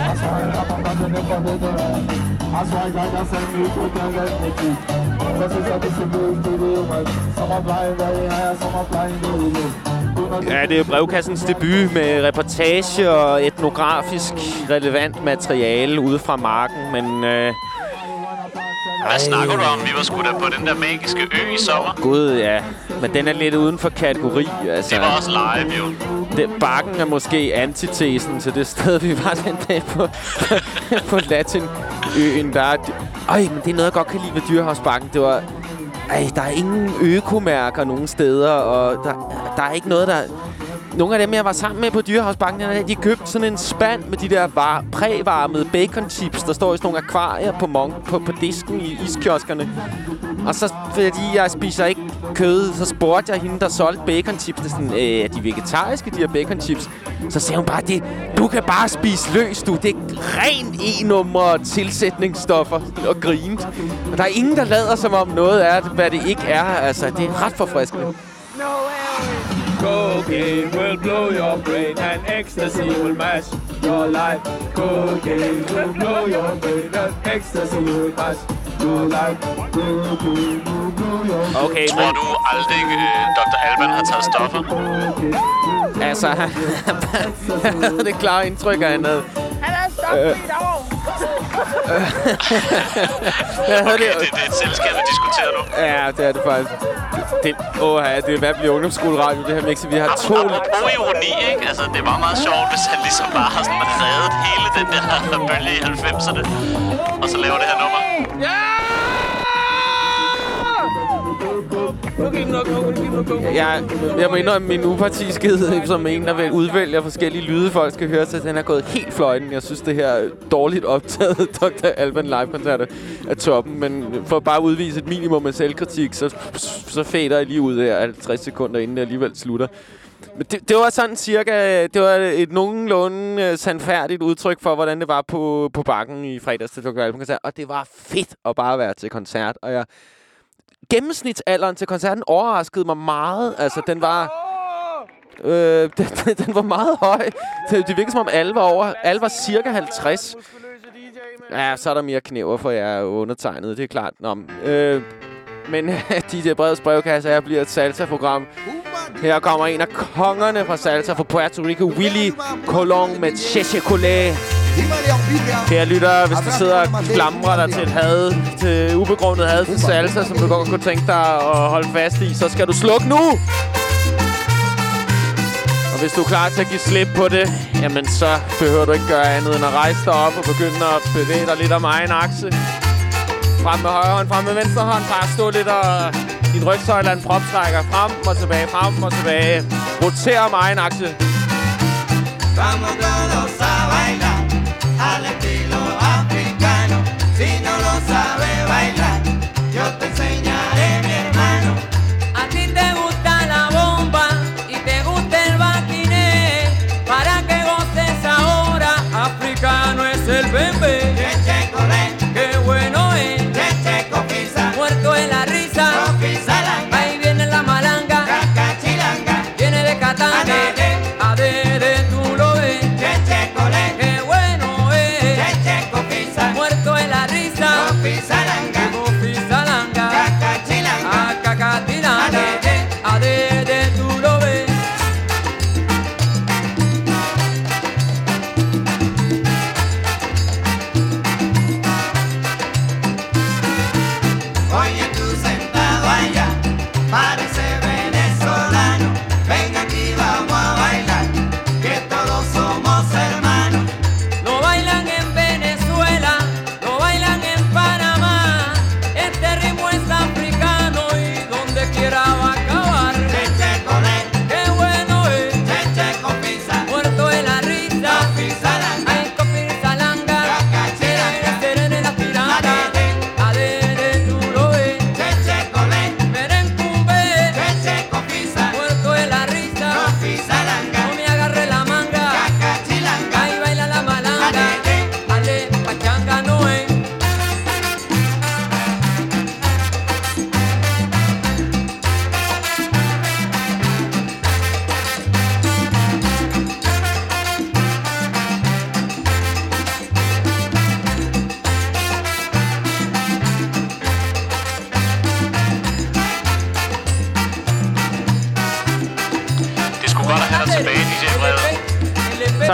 Ja, det er brevkassens debut med reportage og etnografisk relevant materiale ude fra marken, men
hvad snakker du om? Vi var sgu da på den der magiske ø i sommer.
Gud, ja. Men den er lidt uden for kategori. Altså,
det var også live, jo.
Bakken er måske antitesen til det sted, vi var den dag på Latinøen. Men det er noget, jeg godt kan lide ved Dyrehavsbakken. Det var... der er ingen økomærker nogen steder, og der er ikke noget, der... Nogle af dem, jeg var sammen med på Dyrehavsbakken, de købte sådan en spand med de der prævarmede bacon chips, der står i sådan nogle akvarier på disken i iskioskerne. Og så, fordi jeg spiser ikke kød, så spurgte jeg hende, der solgte bacon chips. Det er sådan, er de vegetariske, de her bacon chips? Så sagde hun bare, du kan bare spise løs, du. Det er ren E-nummer tilsætningsstoffer og grint. Og der er ingen, der lader som om noget er, hvad det ikke er. Altså, det er ret forfriskende. Cocaine will blow your brain and ecstasy will mash your life. Cocaine will blow your brain and ecstasy will mash your life. Okay,
tror du aldrig, Dr. Alban har taget stoffer?
Altså, han havde det klare indtryk, at han havde...
Han havde stoffet i et år!
Okay, det er et selskab, vi diskuterer nu.
Ja, det er det faktisk. Det er hvad bliver ungdomsskoleradio, det her mixi. Vi har to...
Apropos ironi, ikke? Altså, det var meget sjovt, hvis han ligesom bare har sådan reddet hele den der bølge i 90'erne. Og så laver det her nummer.
Ja! Jeg må indrømme min upartiskhed, som en, der vil udvælge forskellige lyde, folk skal høre til. Den er gået helt fløjten. Jeg synes, det her dårligt optaget Dr. Alban live-koncerter er toppen. Men for bare at udvise et minimum af selvkritik, så fader jeg lige ud her 50 sekunder, inden det alligevel slutter. Men det var sådan cirka... Det var et nogenlunde sandfærdigt udtryk for, hvordan det var på bakken i fredags til Dr. Alban-koncert. Og det var fedt at bare være til koncert. Og gennemsnitsalderen til koncerten overraskede mig meget. Altså, den var... den var meget høj. Det virkede som om alle var over. Alle var cirka 50. Ja, så er der mere knæver, for jeg er undertegnet. Det er klart. Men DJ Breds brevkasse her bliver et salsa-program. Her kommer en af kongerne fra salsa fra Puerto Rico, Willy Colon med Che Chocolate. Kære lytter, hvis du sidder og klamrer dig til ubegrundet had til salsa, som du godt kunne tænke dig at holde fast i, så skal du slukke nu! Og hvis du er klar til at give slip på det, jamen så behøver du ikke gøre andet end at rejse dig op og begynde at bevæge dig lidt om egen akse. Frem med højre hånd, frem med venstre hånd, bare stå lidt og din rygsøjle en proptrækker frem og tilbage, frem og tilbage. Roter om egen akse.
Vamos todos a bailar al estilo africano. Si no lo sabe bailar, yo te enseñaré, mi hermano.
A ti te gusta la bomba y te gusta el baquiné. Para que goces ahora, africano es el bembe. Qué bueno es. Muerto en la risa. Ahí viene la malanga.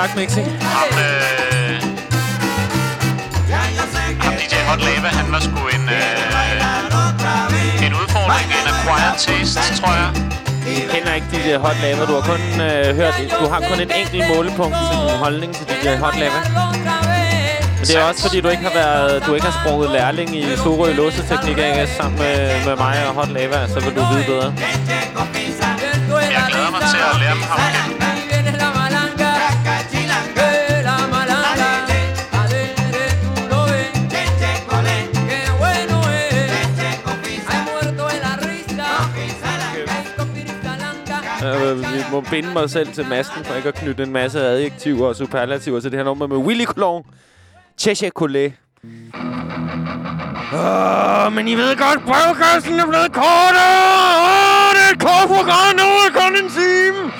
sagt, Mixi.
Ham DJ Hot Lava, han var sgu en udfordring, en acquired taste, tror jeg.
Jeg kender ikke DJ Hot Lava. Du har kun du har kun et enkelt målepunkt til din holdning til DJ Hot Lava. Men det er også fordi, du ikke har sprunget lærling i Sorø Låseteknik AS sammen med mig og Hot Lava, så vil du vide bedre.
Jeg glæder mig til at lære dem ham igen.
Vi må binde mig selv til masken, for ikke at knytte en masse adjektiver og superlativer til det her nummer med Willy Colon. Cheche-Collet. Men I ved godt, brevkassen er blevet kortere! Det er et kort program nu, kun en time!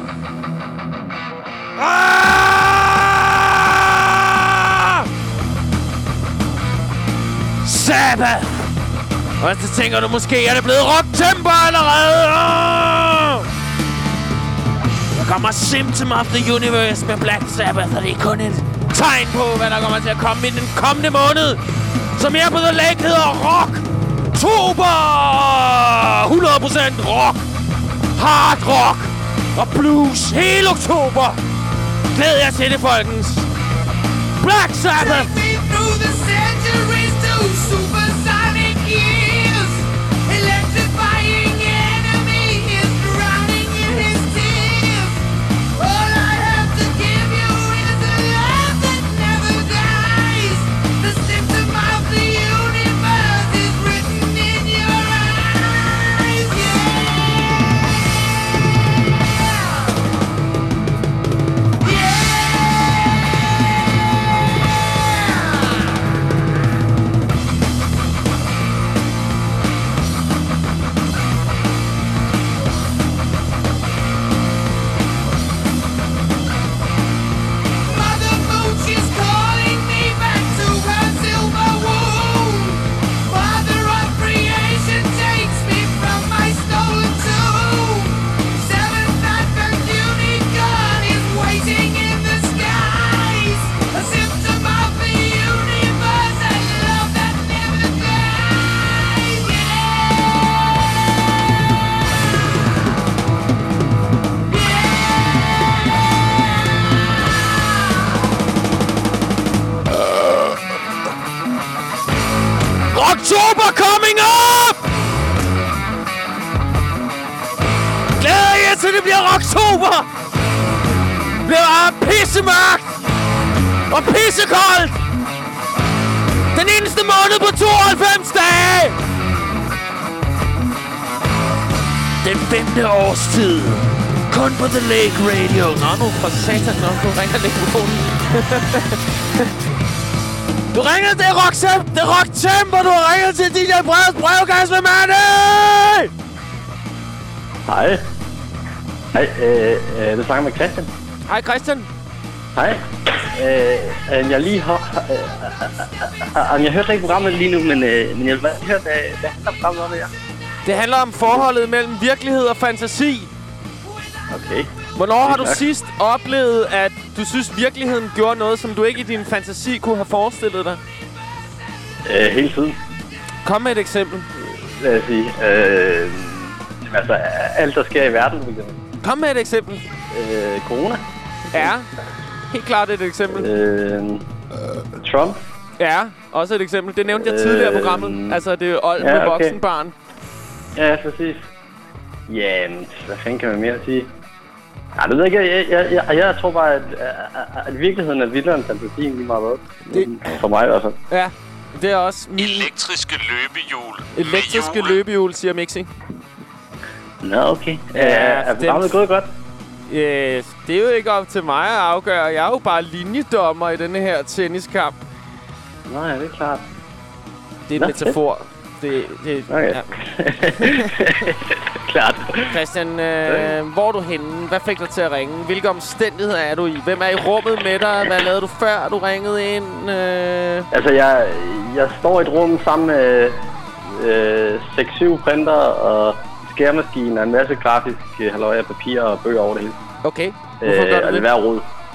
Sabbath! Og så tænker du, måske er det blevet rock-temper allerede! Der kommer Symptom of the Universe med Black Sabbath, og det er kun et tegn på, hvad der kommer til at komme i den kommende måned, som her på The Lake hedder Rock-tober! 100% rock, hard rock og blues hele oktober. Glæd jer til det, folkens. Black Sabbath! October coming up! Glæder jer til det bliver Rocktober! Det bliver pissemørkt! Og pissekoldt! Den eneste måned på 92 dage! Den 5. årstid. Kun på The Lake Radio. Nå, nu for satan, nu ringer mikrofonen. Du ringer til Rock-Temper, du har ringet til DJ Breds brevkasse med Manny!
Hej. Du snakker med Christian.
Hej Christian.
Hej. Jeg lige har... jeg hørte ikke programmet lige nu, men jeg vil bare høre, hvad handler programmet om det her?
Det handler om forholdet mellem virkelighed og fantasi.
Okay.
Hvornår har du sidst oplevet, at du synes, virkeligheden gjorde noget, som du ikke i din fantasi kunne have forestillet dig?
Hele tiden.
Kom med et eksempel.
Lad os sige. Altså, alt der sker i verden, for eksempel.
Kom med et eksempel.
Corona.
Ja, helt klart et eksempel.
Trump.
Ja, også et eksempel. Det nævnte jeg tidligere i programmet. Altså, det er old med voksenbarn.
Ja, præcis. Jamen, hvad fanden kan man mere sige? Ja, det ved jeg. Jeg tror bare, at virkeligheden er vildere end fantasien lige meget hvad. For mig i hvert fald.
Ja, det er også min...
Elektriske løbehjul.
Elektriske løbehjul, siger Mixi.
Nå, okay. Er programmet gået godt?
Yes, det er jo ikke op til mig at afgøre. Jeg er jo bare linjedommer i denne her tenniskamp.
Nej, det er klart.
Det er en metafor. Det
okay. Ja. Klart.
Christian, hvor er du henne? Hvad fik dig til at ringe? Hvilke omstændigheder er du i? Hvem er i rummet med dig? Hvad lavede du før du ringede ind?
Altså, jeg står i et rum sammen med 6-7 printer og skærmaskiner, en masse grafisk halløj af papir og bøger over det hele.
Okay. Hvorfor gør du det?
Hver rod.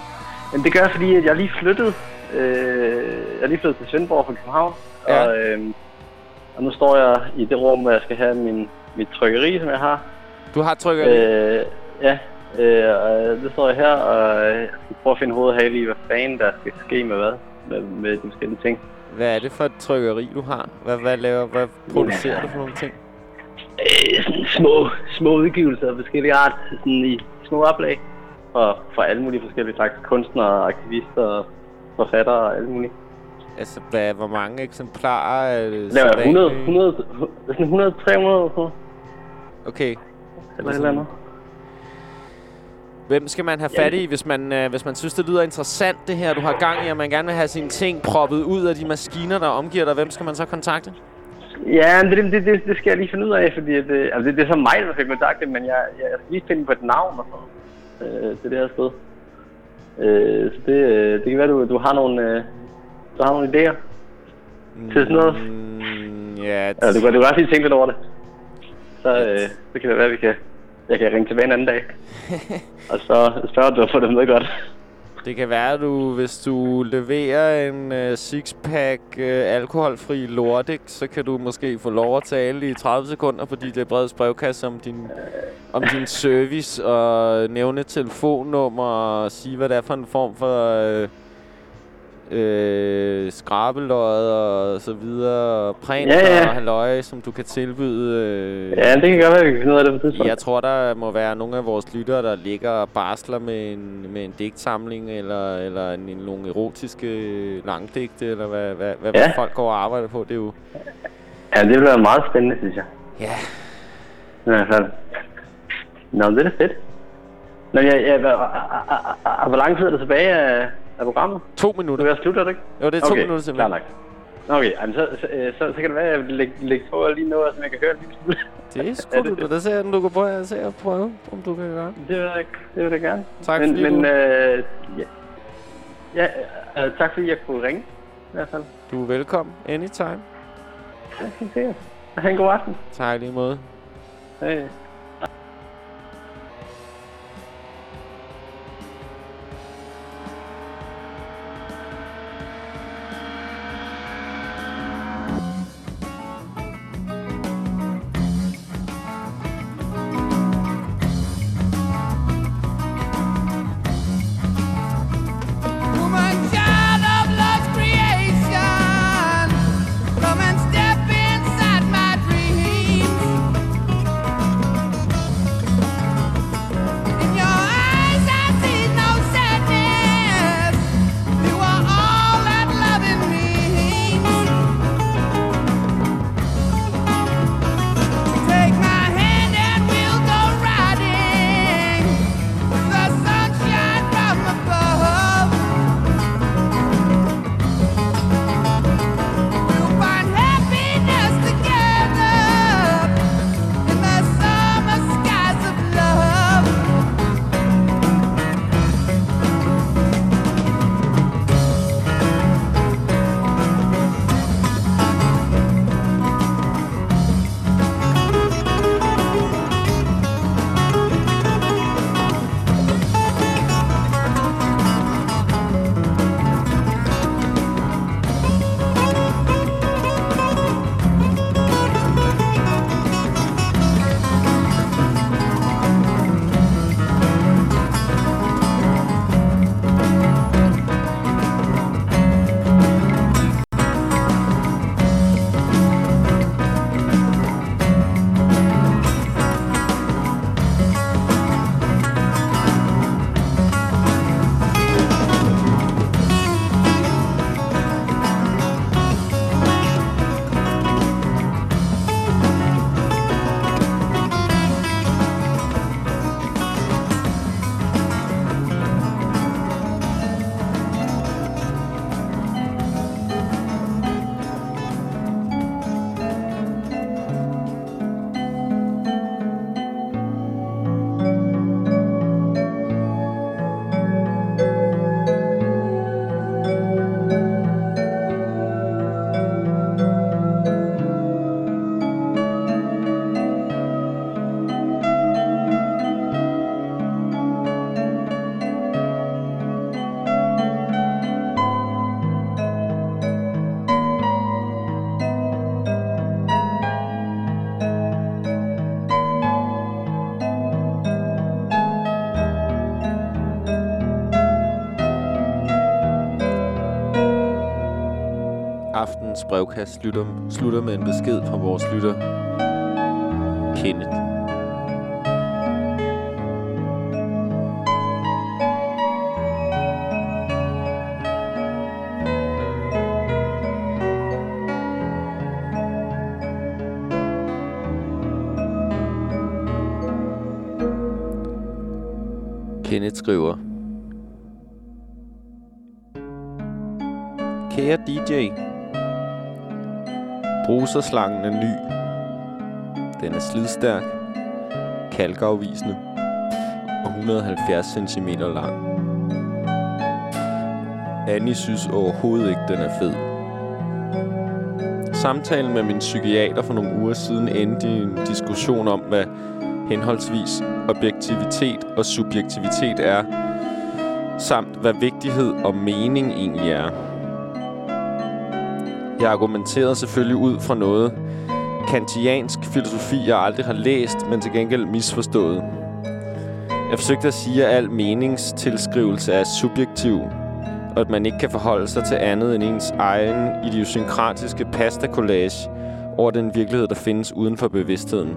Men det gør jeg, fordi at jeg lige flyttede. Jeg er lige flyttet til Svendborg fra København.
Ja.
Og nu står jeg i det rum, hvor jeg skal have mit trykkeri, som jeg har.
Du har trykkeri?
Ja. Det står jeg her, og jeg skal prøve at finde hovedhale i, hvad fanden der skal ske med hvad. Med de forskellige ting.
Hvad er det for et trykkeri, du har? Hvad producerer du for nogle ting?
Sådan små udgivelser af forskellige art, sådan i små oplag. Og for alle mulige forskellige slags kunstnere, aktivister, forfattere og alle mulige.
Altså, hvor mange eksemplarer?
Laver 100-300.
Okay.
Eller et eller andet.
Hvem skal man have fat i, hvis man synes, det lyder interessant, det her, du har gang i, og man gerne vil have sine ting proppet ud af de maskiner, der omgiver dig? Hvem skal man så kontakte?
Ja, det skal jeg lige finde ud af, fordi det er så mig, der skal kontakte, men jeg skal lige finde på et navn og sådan til det her sted. Så det kan være, du har nogle idéer til sådan noget.
Ja.
Altså, du kan også lige tænke lidt over det. Så kan det være, jeg kan ringe tilbage en anden dag. Og så spørger du at få det med godt.
Det kan være, hvis du leverer en sixpack alkoholfri Lordik, så kan du måske få lov at tale i 30 sekunder, fordi det er Breds brevkasse om din service og nævne telefonnummer og sige, hvad det er for en form for skrabeløjet og så videre, og printer og halløj, som du kan tilbyde.
Ja, det kan godt være, vi kan finde ud af det på tidspunkt.
Jeg tror, der må være nogle af vores lyttere, der ligger og barsler med en digtsamling, eller nogle erotiske langdigte, eller hvad folk går og arbejder på. Det er jo...
Ja, det bliver meget spændende, synes jeg.
Ja.
I hvert fald. Nå, det er da fedt. Nå, hvor lang tid er det tilbage af programmet?
2 minutter.
Du er slutter, ikke?
Jo, det er 2 minutter simpelthen.
Klar nok. Okay, så kan det være, at jeg vil lægge på lige noget, som jeg kan høre lige smule.
Det er sgu du. Der ser jeg, du kan prøve, om du kan gøre.
Det vil jeg gerne.
Tak fordi
tak fordi jeg kunne ringe, i hvert fald.
Du er velkommen. Anytime.
Ja, sikkert. Ha' en god aften.
Tak lige måde.
Hej.
brevkast slutter med en besked fra vores lytter, Kenneth. Kenneth skriver: Kære DJ, bruserslangen er ny. Den er slidstærk, kalkafvisende og 170 cm lang. Annie synes overhovedet ikke, den er fed. Samtalen med min psykiater for nogle uger siden endte i en diskussion om, hvad henholdsvis objektivitet og subjektivitet er, samt hvad vigtighed og mening egentlig er. Jeg argumenterede selvfølgelig ud fra noget kantiansk filosofi, jeg aldrig har læst, men til gengæld misforstået. Jeg forsøgte at sige, at al meningstilskrivelse er subjektiv, og at man ikke kan forholde sig til andet end ens egen idiosynkratiske pasta-collage over den virkelighed, der findes uden for bevidstheden.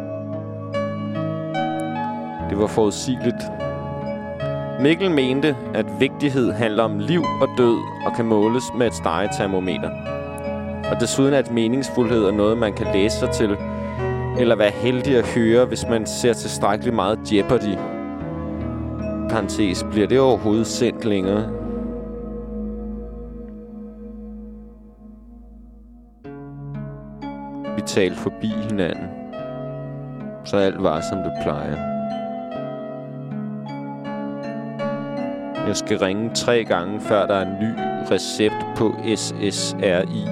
Det var forudsigeligt. Mikkel mente, at vigtighed handler om liv og død og kan måles med et stegetermometer. Og desuden at meningsfuldhed er noget, man kan læse sig til, eller være heldig at høre, hvis man ser tilstrækkeligt meget Jeopardy. Parentes, bliver det overhovedet sendt længere? Vi talte forbi hinanden, så alt var, som det plejer. Jeg skal ringe 3 gange, før der er en ny recept på SSRI.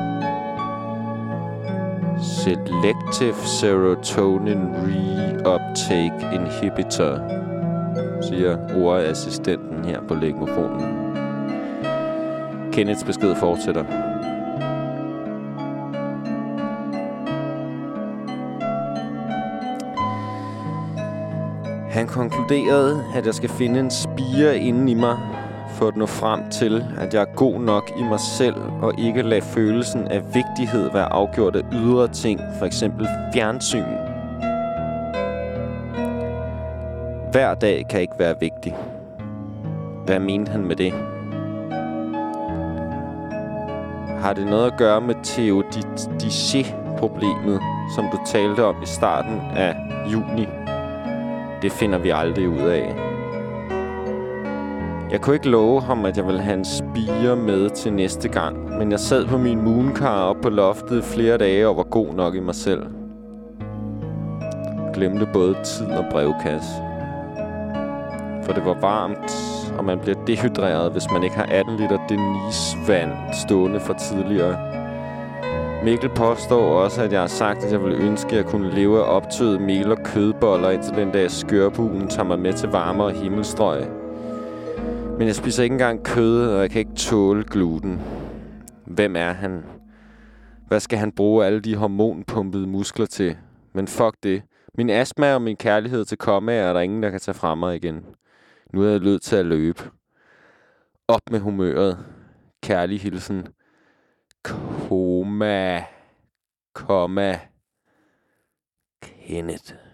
Selective Serotonin Reuptake Inhibitor, siger ordassistenten her på lægmofonen. Kenneths besked fortsætter. Han konkluderede, at jeg skal finde en spire inden i mig, for at nå frem til, at jeg er god nok i mig selv, og ikke lade følelsen af vigtighed være afgjort af ydre ting, for eksempel fjernsyn. Hver dag kan ikke være vigtig. Hvad mente han med det? Har det noget at gøre med teodicé-problemet, som du talte om i starten af juni? Det finder vi aldrig ud af. Jeg kunne ikke love ham, at jeg ville have en spire med til næste gang, men jeg sad på min mooncar op på loftet flere dage og var god nok i mig selv. Glemte både tid og brevkasse. For det var varmt, og man bliver dehydreret, hvis man ikke har 18 liter Denise-vand stående fra tidligere. Mikkel påstår også, at jeg har sagt, at jeg ville ønske, at jeg kunne leve af optøet mel og kødboller, indtil den dag skørbuen tager mig med til varmere himmelstrøg. Men jeg spiser ikke engang kød, og jeg kan ikke tåle gluten. Hvem er han? Hvad skal han bruge alle de hormonpumpede muskler til? Men fuck det. Min astma og min kærlighed til kommaer er der ingen, der kan tage fra mig igen. Nu er jeg nødt til at løbe. Op med humøret. Kærlig hilsen. Komma. Kenneth.